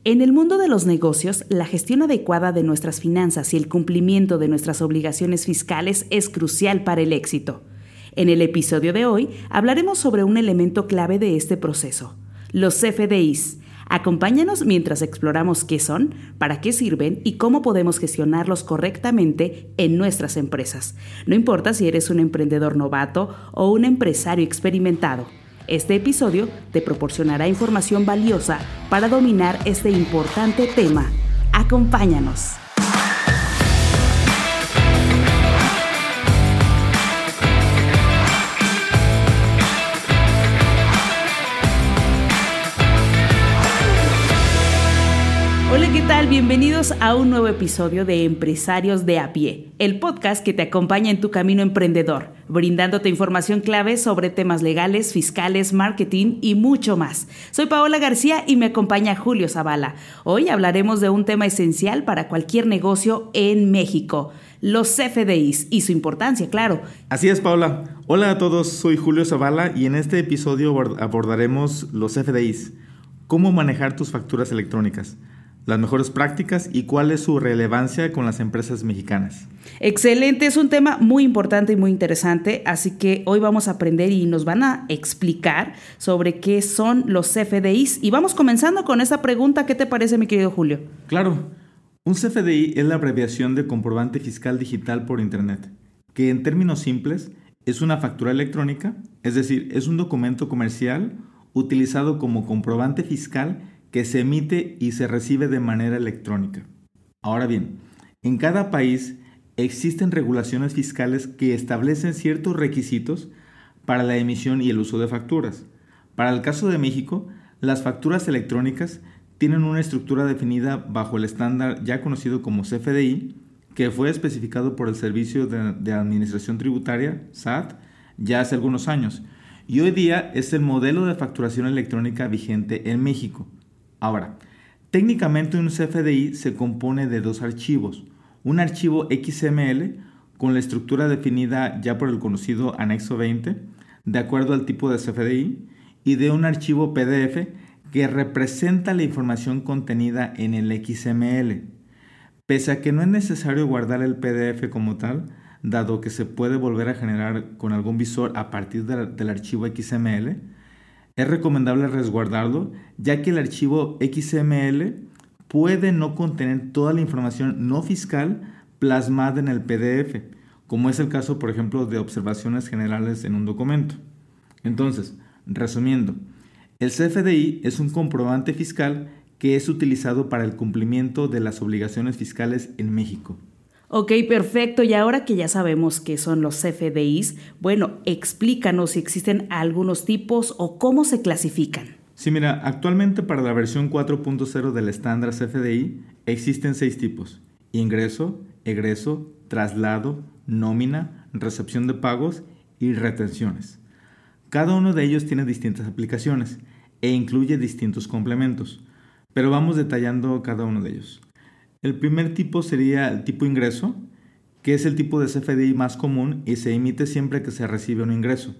En el mundo de los negocios, la gestión adecuada de nuestras finanzas y el cumplimiento de nuestras obligaciones fiscales es crucial para el éxito. En el episodio de hoy hablaremos sobre un elemento clave de este proceso, los CFDIs. Acompáñanos mientras exploramos qué son, para qué sirven y cómo podemos gestionarlos correctamente en nuestras empresas. No importa si eres un emprendedor novato o un empresario experimentado. Este episodio te proporcionará información valiosa para dominar este importante tema. Acompáñanos. Hola, ¿qué tal? Bienvenidos a un nuevo episodio de Empresarios de a Pie, el podcast que te acompaña en tu camino emprendedor, brindándote información clave sobre temas legales, fiscales, marketing y mucho más. Soy Paola García y me acompaña Julio Zavala. Hoy hablaremos de un tema esencial para cualquier negocio en México, los CFDIs y su importancia, claro. Así es, Paola. Hola a todos, soy Julio Zavala y en este episodio abordaremos los CFDIs, cómo manejar tus facturas electrónicas, las mejores prácticas y cuál es su relevancia con las empresas mexicanas. Excelente, es un tema muy importante y muy interesante, así que hoy vamos a aprender y nos van a explicar sobre qué son los CFDIs. Y vamos comenzando con esa pregunta, ¿qué te parece, mi querido Julio? Claro, un CFDI es la abreviación de comprobante fiscal digital por Internet, que en términos simples es una factura electrónica, es decir, es un documento comercial utilizado como comprobante fiscal que se emite y se recibe de manera electrónica. Ahora bien, en cada país existen regulaciones fiscales que establecen ciertos requisitos para la emisión y el uso de facturas. Para el caso de México, las facturas electrónicas tienen una estructura definida bajo el estándar ya conocido como CFDI, que fue especificado por el Servicio de Administración Tributaria, SAT, ya hace algunos años, y hoy día es el modelo de facturación electrónica vigente en México. Ahora, técnicamente un CFDI se compone de dos archivos, un archivo XML con la estructura definida ya por el conocido anexo 20, de acuerdo al tipo de CFDI, y de un archivo PDF que representa la información contenida en el XML. Pese a que no es necesario guardar el PDF como tal, dado que se puede volver a generar con algún visor a partir del archivo XML, es recomendable resguardarlo, ya que el archivo XML puede no contener toda la información no fiscal plasmada en el PDF, como es el caso, por ejemplo, de observaciones generales en un documento. Entonces, resumiendo, el CFDI es un comprobante fiscal que es utilizado para el cumplimiento de las obligaciones fiscales en México. Ok, perfecto. Y ahora que ya sabemos qué son los CFDIs, bueno, explícanos si existen algunos tipos o cómo se clasifican. Sí, mira, actualmente para la versión 4.0 del estándar CFDI existen 6 tipos: ingreso, egreso, traslado, nómina, recepción de pagos y retenciones. Cada uno de ellos tiene distintas aplicaciones e incluye distintos complementos, pero vamos detallando cada uno de ellos. El primer tipo sería el tipo ingreso, que es el tipo de CFDI más común y se emite siempre que se recibe un ingreso.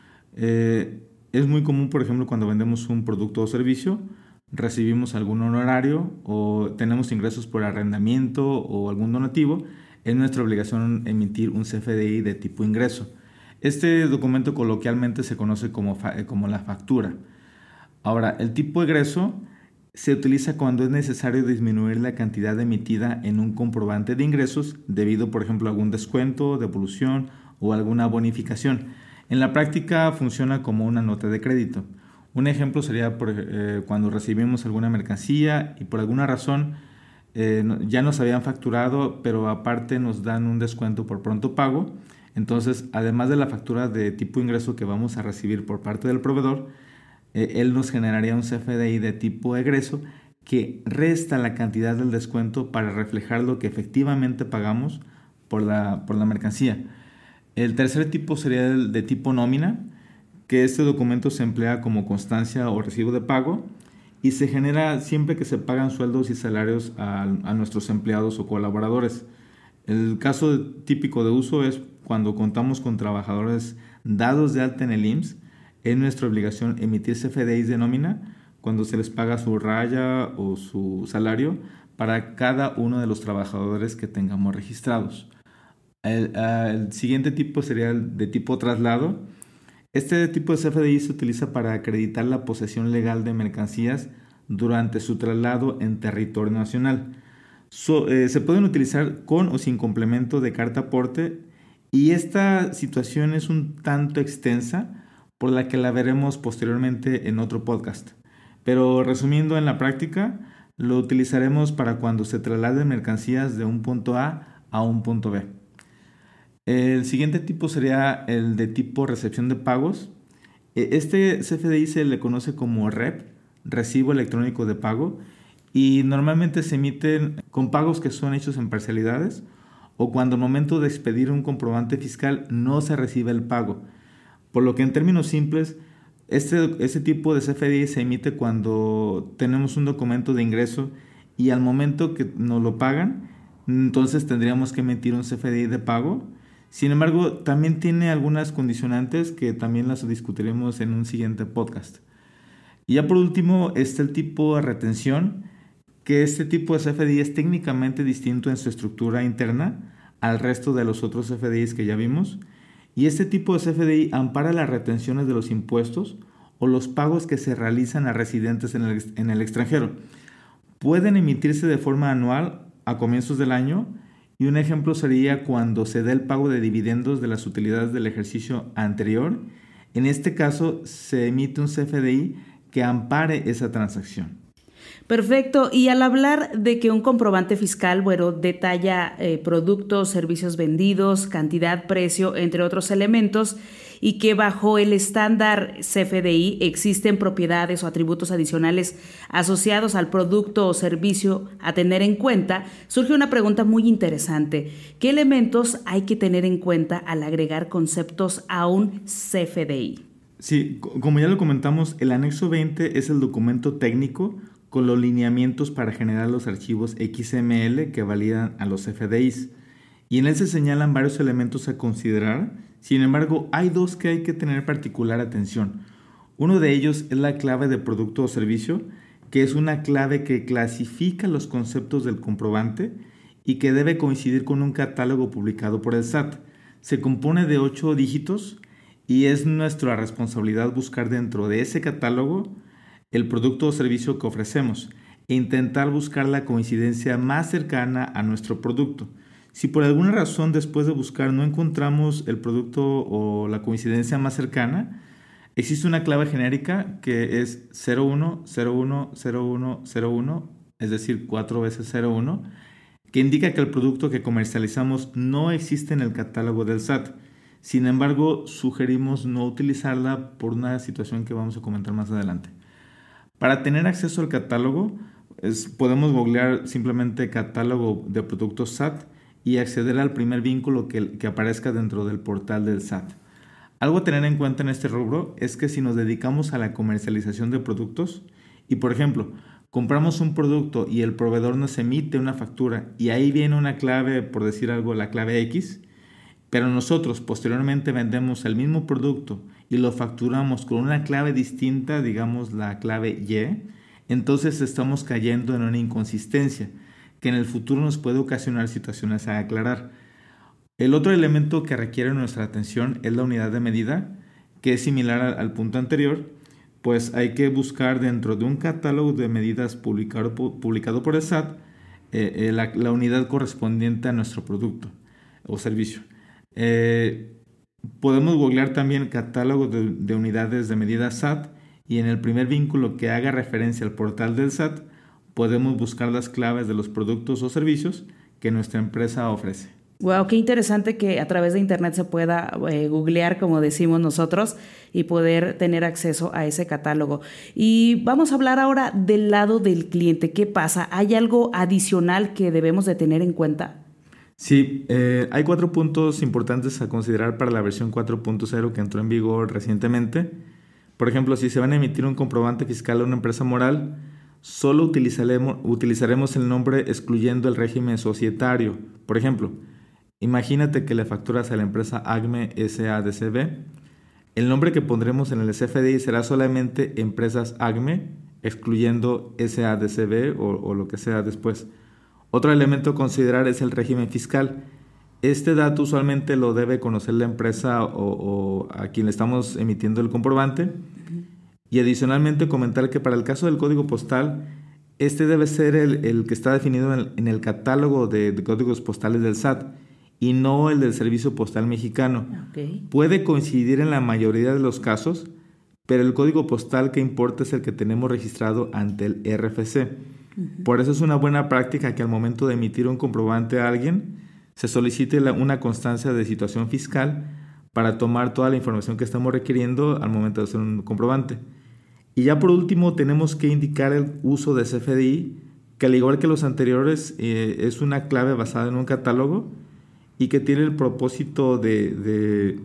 Es muy común, por ejemplo, cuando vendemos un producto o servicio, recibimos algún honorario o tenemos ingresos por arrendamiento o algún donativo, es nuestra obligación emitir un CFDI de tipo ingreso. Este documento coloquialmente se conoce como la factura. Ahora, el tipo egreso se utiliza cuando es necesario disminuir la cantidad emitida en un comprobante de ingresos debido, por ejemplo, a algún descuento, devolución o alguna bonificación. En la práctica funciona como una nota de crédito. Un ejemplo sería cuando recibimos alguna mercancía y por alguna razón ya nos habían facturado, pero aparte nos dan un descuento por pronto pago. Entonces, además de la factura de tipo ingreso que vamos a recibir por parte del proveedor, él nos generaría un CFDI de tipo egreso que resta la cantidad del descuento para reflejar lo que efectivamente pagamos por la mercancía. El tercer tipo sería el de tipo nómina, que este documento se emplea como constancia o recibo de pago y se genera siempre que se pagan sueldos y salarios a nuestros empleados o colaboradores. El caso típico de uso es cuando contamos con trabajadores dados de alta en el IMSS. Es nuestra obligación emitir CFDIs de nómina cuando se les paga su raya o su salario para cada uno de los trabajadores que tengamos registrados. El siguiente tipo sería el de tipo traslado. Este tipo de CFDI se utiliza para acreditar la posesión legal de mercancías durante su traslado en territorio nacional. Se pueden utilizar con o sin complemento de carta aporte, y esta situación es un tanto extensa, por la que la veremos posteriormente en otro podcast. Pero resumiendo, en la práctica lo utilizaremos para cuando se trasladen mercancías de un punto a un punto B. El siguiente tipo sería el de tipo recepción de pagos. Este CFDI se le conoce como REP, Recibo Electrónico de Pago, y normalmente se emiten con pagos que son hechos en parcialidades o cuando al momento de expedir un comprobante fiscal no se recibe el pago. Por lo que en términos simples, este tipo de CFDI se emite cuando tenemos un documento de ingreso y al momento que nos lo pagan, entonces tendríamos que emitir un CFDI de pago. Sin embargo, también tiene algunas condicionantes que también las discutiremos en un siguiente podcast. Y ya por último está el tipo de retención, que este tipo de CFDI es técnicamente distinto en su estructura interna al resto de los otros CFDIs que ya vimos. Y este tipo de CFDI ampara las retenciones de los impuestos o los pagos que se realizan a residentes en el extranjero. Pueden emitirse de forma anual a comienzos del año, y un ejemplo sería cuando se dé el pago de dividendos de las utilidades del ejercicio anterior. En este caso se emite un CFDI que ampare esa transacción. Perfecto. Y al hablar de que un comprobante fiscal, detalla productos, servicios vendidos, cantidad, precio, entre otros elementos, y que bajo el estándar CFDI existen propiedades o atributos adicionales asociados al producto o servicio a tener en cuenta, surge una pregunta muy interesante. ¿Qué elementos hay que tener en cuenta al agregar conceptos a un CFDI? Sí, como ya lo comentamos, el anexo 20 es el documento técnico con los lineamientos para generar los archivos XML que validan a los CFDIs. Y en él se señalan varios elementos a considerar. Sin embargo, hay dos que hay que tener particular atención. Uno de ellos es la clave de producto o servicio, que es una clave que clasifica los conceptos del comprobante y que debe coincidir con un catálogo publicado por el SAT. Se compone de 8 dígitos y es nuestra responsabilidad buscar dentro de ese catálogo el producto o servicio que ofrecemos e intentar buscar la coincidencia más cercana a nuestro producto. Si por alguna razón después de buscar no encontramos el producto o la coincidencia más cercana, existe una clave genérica que es 01010101, es decir, 4 veces 01, que indica que el producto que comercializamos no existe en el catálogo del SAT. Sin embargo, sugerimos no utilizarla por una situación que vamos a comentar más adelante. Para tener acceso al catálogo, podemos googlear simplemente catálogo de productos SAT y acceder al primer vínculo que aparezca dentro del portal del SAT. Algo a tener en cuenta en este rubro es que si nos dedicamos a la comercialización de productos y, por ejemplo, compramos un producto y el proveedor nos emite una factura y ahí viene una clave, por decir algo, la clave X, pero nosotros posteriormente vendemos el mismo producto y lo facturamos con una clave distinta, digamos la clave Y, entonces estamos cayendo en una inconsistencia que en el futuro nos puede ocasionar situaciones a aclarar. El otro elemento que requiere nuestra atención es la unidad de medida, que es similar al punto anterior, pues hay que buscar dentro de un catálogo de medidas publicado por el SAT la unidad correspondiente a nuestro producto o servicio. Podemos googlear también catálogo de unidades de medida SAT y en el primer vínculo que haga referencia al portal del SAT podemos buscar las claves de los productos o servicios que nuestra empresa ofrece. Wow, qué interesante que a través de internet se pueda googlear, como decimos nosotros, y poder tener acceso a ese catálogo. Y vamos a hablar ahora del lado del cliente. ¿Qué pasa? ¿Hay algo adicional que debemos de tener en cuenta? Sí, hay 4 puntos importantes a considerar para la versión 4.0 que entró en vigor recientemente. Por ejemplo, si se van a emitir un comprobante fiscal a una empresa moral, solo utilizaremos el nombre excluyendo el régimen societario. Por ejemplo, imagínate que le facturas a la empresa ACME SADCB. El nombre que pondremos en el CFDI será solamente Empresas ACME, excluyendo SADCB o lo que sea después. Otro elemento a considerar es el régimen fiscal. Este dato usualmente lo debe conocer la empresa o a quien le estamos emitiendo el comprobante. Y adicionalmente comentar que para el caso del código postal, este debe ser el que está definido en el catálogo de códigos postales del SAT y no el del Servicio Postal Mexicano. Okay. Puede coincidir en la mayoría de los casos, pero el código postal que importa es el que tenemos registrado ante el RFC. Por eso es una buena práctica que al momento de emitir un comprobante a alguien, se solicite una constancia de situación fiscal para tomar toda la información que estamos requiriendo al momento de hacer un comprobante. Y ya por último tenemos que indicar el uso de CFDI, que al igual que los anteriores es una clave basada en un catálogo y que tiene el propósito de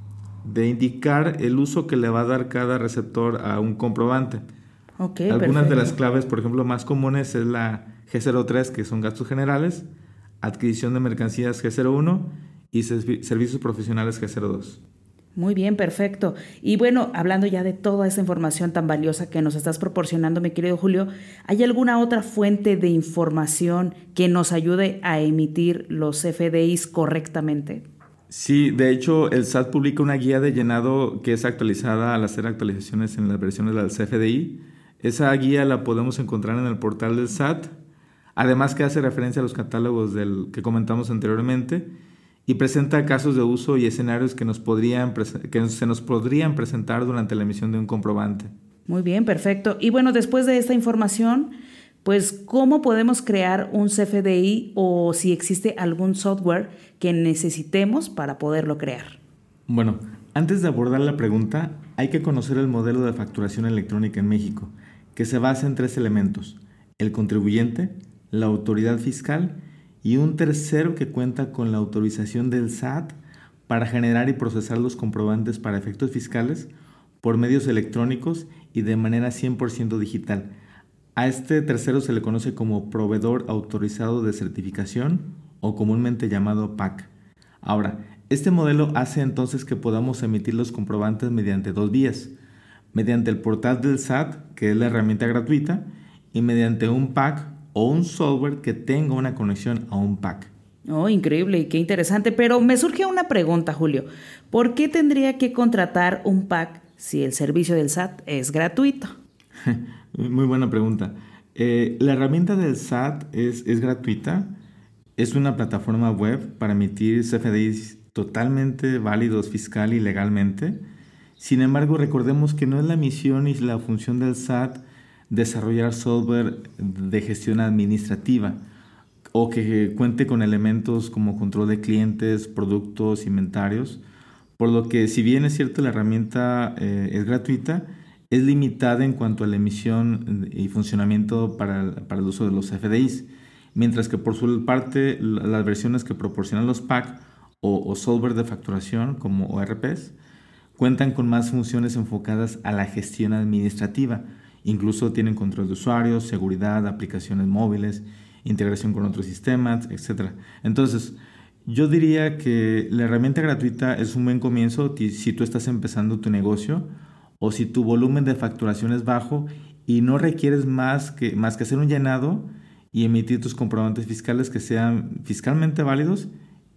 indicar el uso que le va a dar cada receptor a un comprobante. Okay, Algunas perfecto. de las claves, por ejemplo, más comunes es la G03, que son gastos generales, adquisición de mercancías G01 y servicios profesionales G02. Muy bien, perfecto. Y bueno, hablando ya de toda esta información tan valiosa que nos estás proporcionando, mi querido Julio, ¿hay alguna otra fuente de información que nos ayude a emitir los CFDIs correctamente? Sí, de hecho, el SAT publica una guía de llenado que es actualizada al hacer actualizaciones en las versiones del CFDI. Esa guía la podemos encontrar en el portal del SAT, además que hace referencia a los catálogos que comentamos anteriormente y presenta casos de uso y escenarios que se nos podrían presentar durante la emisión de un comprobante. Muy bien, perfecto. Y bueno, después de esta información, pues, ¿cómo podemos crear un CFDI o si existe algún software que necesitemos para poderlo crear? Bueno, antes de abordar la pregunta, hay que conocer el modelo de facturación electrónica en México, que se basa en 3 elementos: el contribuyente, la autoridad fiscal y un tercero que cuenta con la autorización del SAT para generar y procesar los comprobantes para efectos fiscales por medios electrónicos y de manera 100% digital. A este tercero se le conoce como proveedor autorizado de certificación o comúnmente llamado PAC. Ahora, este modelo hace entonces que podamos emitir los comprobantes mediante 2 vías: mediante el portal del SAT, que es la herramienta gratuita, y mediante un PAC o un software que tenga una conexión a un PAC. Oh, increíble y qué interesante. Pero me surge una pregunta, Julio. ¿Por qué tendría que contratar un PAC si el servicio del SAT es gratuito? Muy buena pregunta. La herramienta del SAT es gratuita. Es una plataforma web para emitir CFDIs totalmente válidos fiscal y legalmente. Sin embargo, recordemos que no es la misión y la función del SAT desarrollar software de gestión administrativa o que cuente con elementos como control de clientes, productos, inventarios. Por lo que, si bien es cierto la herramienta es gratuita, es limitada en cuanto a la emisión y funcionamiento para el uso de los CFDIs. Mientras que por su parte, las versiones que proporcionan los PAC o software de facturación como ORPs cuentan con más funciones enfocadas a la gestión administrativa. Incluso tienen control de usuarios, seguridad, aplicaciones móviles, integración con otros sistemas, etc. Entonces, yo diría que la herramienta gratuita es un buen comienzo si tú estás empezando tu negocio o si tu volumen de facturación es bajo y no requieres más que hacer un llenado y emitir tus comprobantes fiscales que sean fiscalmente válidos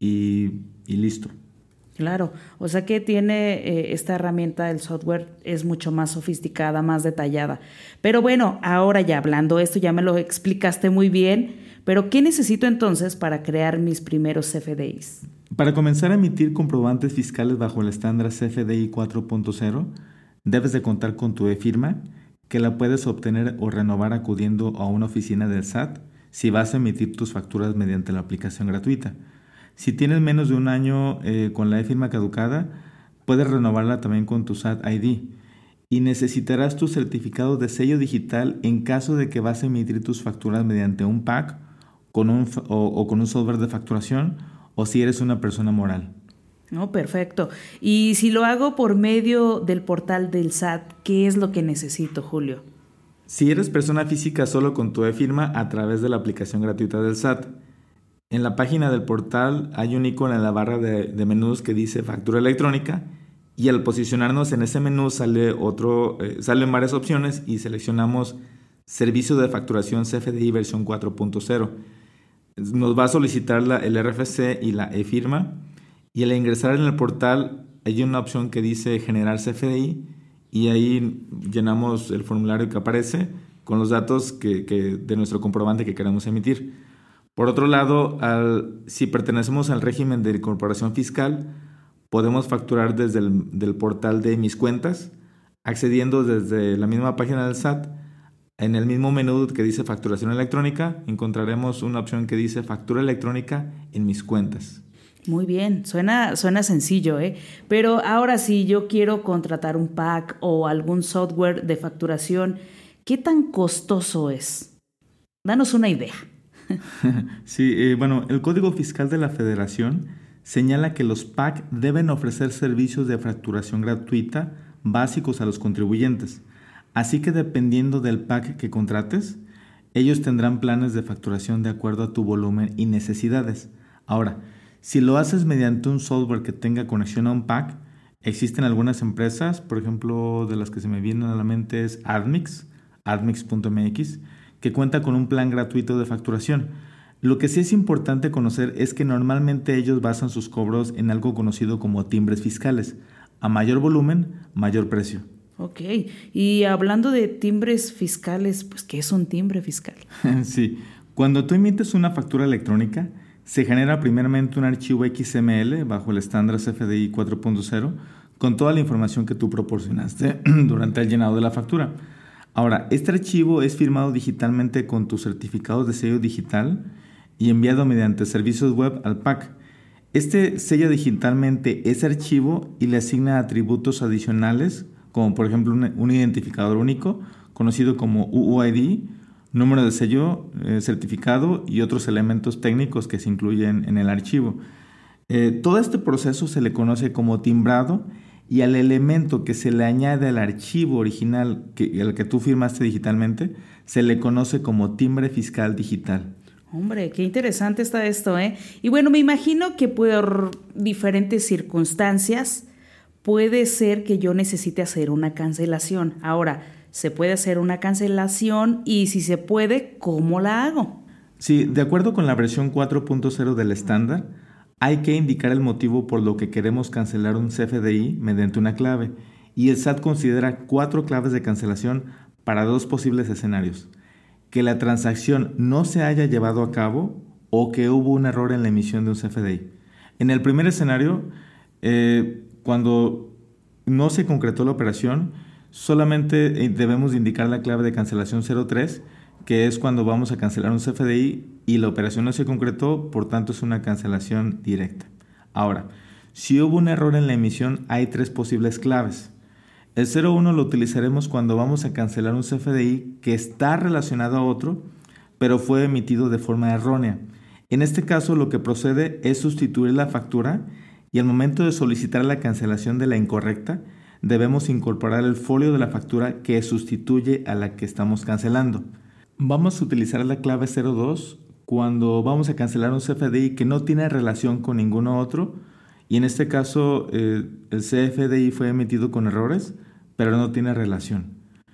y listo. Claro, o sea que tiene esta herramienta, el software es mucho más sofisticada, más detallada. Pero bueno, ahora ya hablando esto, ya me lo explicaste muy bien, pero ¿qué necesito entonces para crear mis primeros CFDIs? Para comenzar a emitir comprobantes fiscales bajo el estándar CFDI 4.0, debes de contar con tu e-firma, que la puedes obtener o renovar acudiendo a una oficina del SAT si vas a emitir tus facturas mediante la aplicación gratuita. Si tienes menos de un año con la e-firma caducada, puedes renovarla también con tu SAT ID y necesitarás tu certificado de sello digital en caso de que vas a emitir tus facturas mediante un PAC con un software de facturación o si eres una persona moral. No, perfecto. Y si lo hago por medio del portal del SAT, ¿qué es lo que necesito, Julio? Si eres persona física, solo con tu e-firma a través de la aplicación gratuita del SAT. En la página del portal hay un icono en la barra de menús que dice factura electrónica y al posicionarnos en ese menú salen varias opciones y seleccionamos Servicio de Facturación CFDI versión 4.0. Nos va a solicitar el RFC y la e-firma, y al ingresar en el portal hay una opción que dice Generar CFDI y ahí llenamos el formulario que aparece con los datos de nuestro comprobante que queremos emitir. Por otro lado, si pertenecemos al régimen de incorporación fiscal, podemos facturar desde el portal de Mis Cuentas, accediendo desde la misma página del SAT. En el mismo menú que dice Facturación Electrónica, encontraremos una opción que dice Factura Electrónica en Mis Cuentas. Muy bien, suena sencillo, ¿eh? Pero ahora si yo quiero contratar un pack o algún software de facturación, ¿qué tan costoso es? Danos una idea. Sí, el Código Fiscal de la Federación señala que los PAC deben ofrecer servicios de facturación gratuita básicos a los contribuyentes. Así que dependiendo del PAC que contrates, ellos tendrán planes de facturación de acuerdo a tu volumen y necesidades. Ahora, si lo haces mediante un software que tenga conexión a un PAC, existen algunas empresas, por ejemplo, de las que se me vienen a la mente es admix.mx, que cuenta con un plan gratuito de facturación. Lo que sí es importante conocer es que normalmente ellos basan sus cobros en algo conocido como timbres fiscales. A mayor volumen, mayor precio. Ok, y hablando de timbres fiscales, pues ¿qué es un timbre fiscal? Sí, cuando tú emites una factura electrónica, se genera primeramente un archivo XML bajo el estándar CFDI 4.0 con toda la información que tú proporcionaste durante el llenado de la factura. Ahora, este archivo es firmado digitalmente con tus certificados de sello digital y enviado mediante servicios web al PAC. Este sella digitalmente ese archivo y le asigna atributos adicionales, como por ejemplo un identificador único, conocido como UUID, número de sello, certificado y otros elementos técnicos que se incluyen en el archivo. Todo este proceso se le conoce como timbrado, y al elemento que se le añade al archivo original el que tú firmaste digitalmente, se le conoce como timbre fiscal digital. Hombre, qué interesante está esto, ¿eh? Y bueno, me imagino que por diferentes circunstancias puede ser que yo necesite hacer una cancelación. Ahora, ¿se puede hacer una cancelación? Y si se puede, ¿cómo la hago? Sí, de acuerdo con la versión 4.0 del estándar, hay que indicar el motivo por lo que queremos cancelar un CFDI mediante una clave, y el SAT considera 4 claves de cancelación para 2 posibles escenarios: que la transacción no se haya llevado a cabo o que hubo un error en la emisión de un CFDI. En el primer escenario, cuando no se concretó la operación, solamente debemos indicar la clave de cancelación 03, que es cuando vamos a cancelar un CFDI y la operación no se concretó, por tanto es una cancelación directa. Ahora, si hubo un error en la emisión, hay 3 posibles claves. El 01 lo utilizaremos cuando vamos a cancelar un CFDI que está relacionado a otro, pero fue emitido de forma errónea. En este caso, lo que procede es sustituir la factura, y al momento de solicitar la cancelación de la incorrecta, debemos incorporar el folio de la factura que sustituye a la que estamos cancelando. Vamos a utilizar la clave 02 cuando vamos a cancelar un CFDI que no tiene relación con ninguno otro, y en este caso el CFDI fue emitido con errores, pero no tiene relación.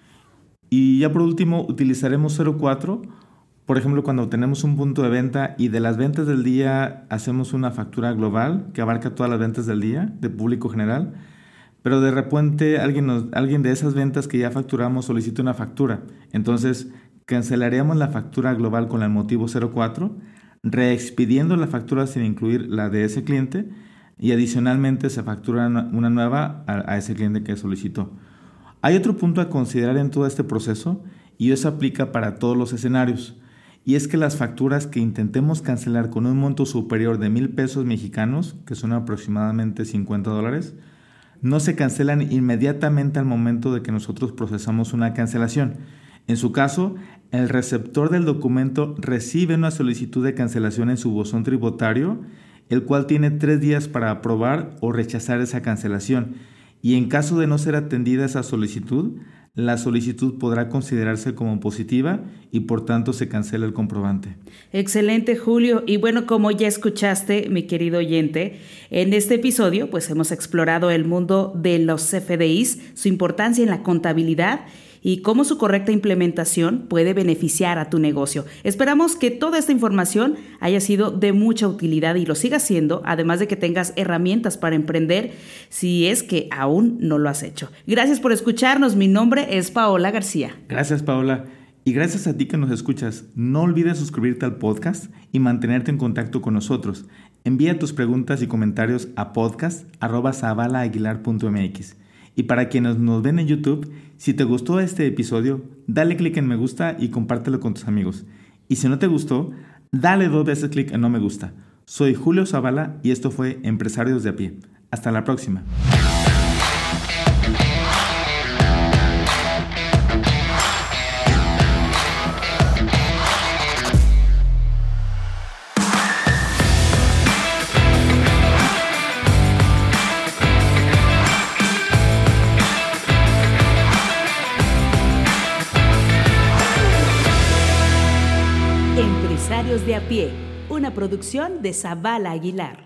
Y ya por último utilizaremos 04, por ejemplo, cuando tenemos un punto de venta y de las ventas del día hacemos una factura global que abarca todas las ventas del día de público general, pero de repente alguien de esas ventas que ya facturamos solicita una factura. Entonces cancelaríamos la factura global con el motivo 04, reexpidiendo la factura sin incluir la de ese cliente, y adicionalmente se factura una nueva a ese cliente que solicitó. Hay otro punto a considerar en todo este proceso, y eso aplica para todos los escenarios, y es que las facturas que intentemos cancelar con un monto superior de 1,000 pesos mexicanos, que son aproximadamente $50, no se cancelan inmediatamente al momento de que nosotros procesamos una cancelación. En su caso, el receptor del documento recibe una solicitud de cancelación en su buzón tributario, el cual tiene 3 días para aprobar o rechazar esa cancelación, y en caso de no ser atendida esa solicitud, la solicitud podrá considerarse como positiva y por tanto se cancela el comprobante. Excelente, Julio. Y bueno, como ya escuchaste, mi querido oyente, en este episodio pues hemos explorado el mundo de los CFDIs, su importancia en la contabilidad y cómo su correcta implementación puede beneficiar a tu negocio. Esperamos que toda esta información haya sido de mucha utilidad y lo siga siendo, además de que tengas herramientas para emprender si es que aún no lo has hecho. Gracias por escucharnos. Mi nombre es Paola García. Gracias, Paola. Y gracias a ti que nos escuchas. No olvides suscribirte al podcast y mantenerte en contacto con nosotros. Envía tus preguntas y comentarios a podcast@zavalaaguilar.mx. Y para quienes nos ven en YouTube, si te gustó este episodio, dale clic en me gusta y compártelo con tus amigos. Y si no te gustó, dale 2 veces clic en no me gusta. Soy Julio Zavala y esto fue Empresarios de a pie. Hasta la próxima. Empresarios de a pie, una producción de Zavala Aguilar.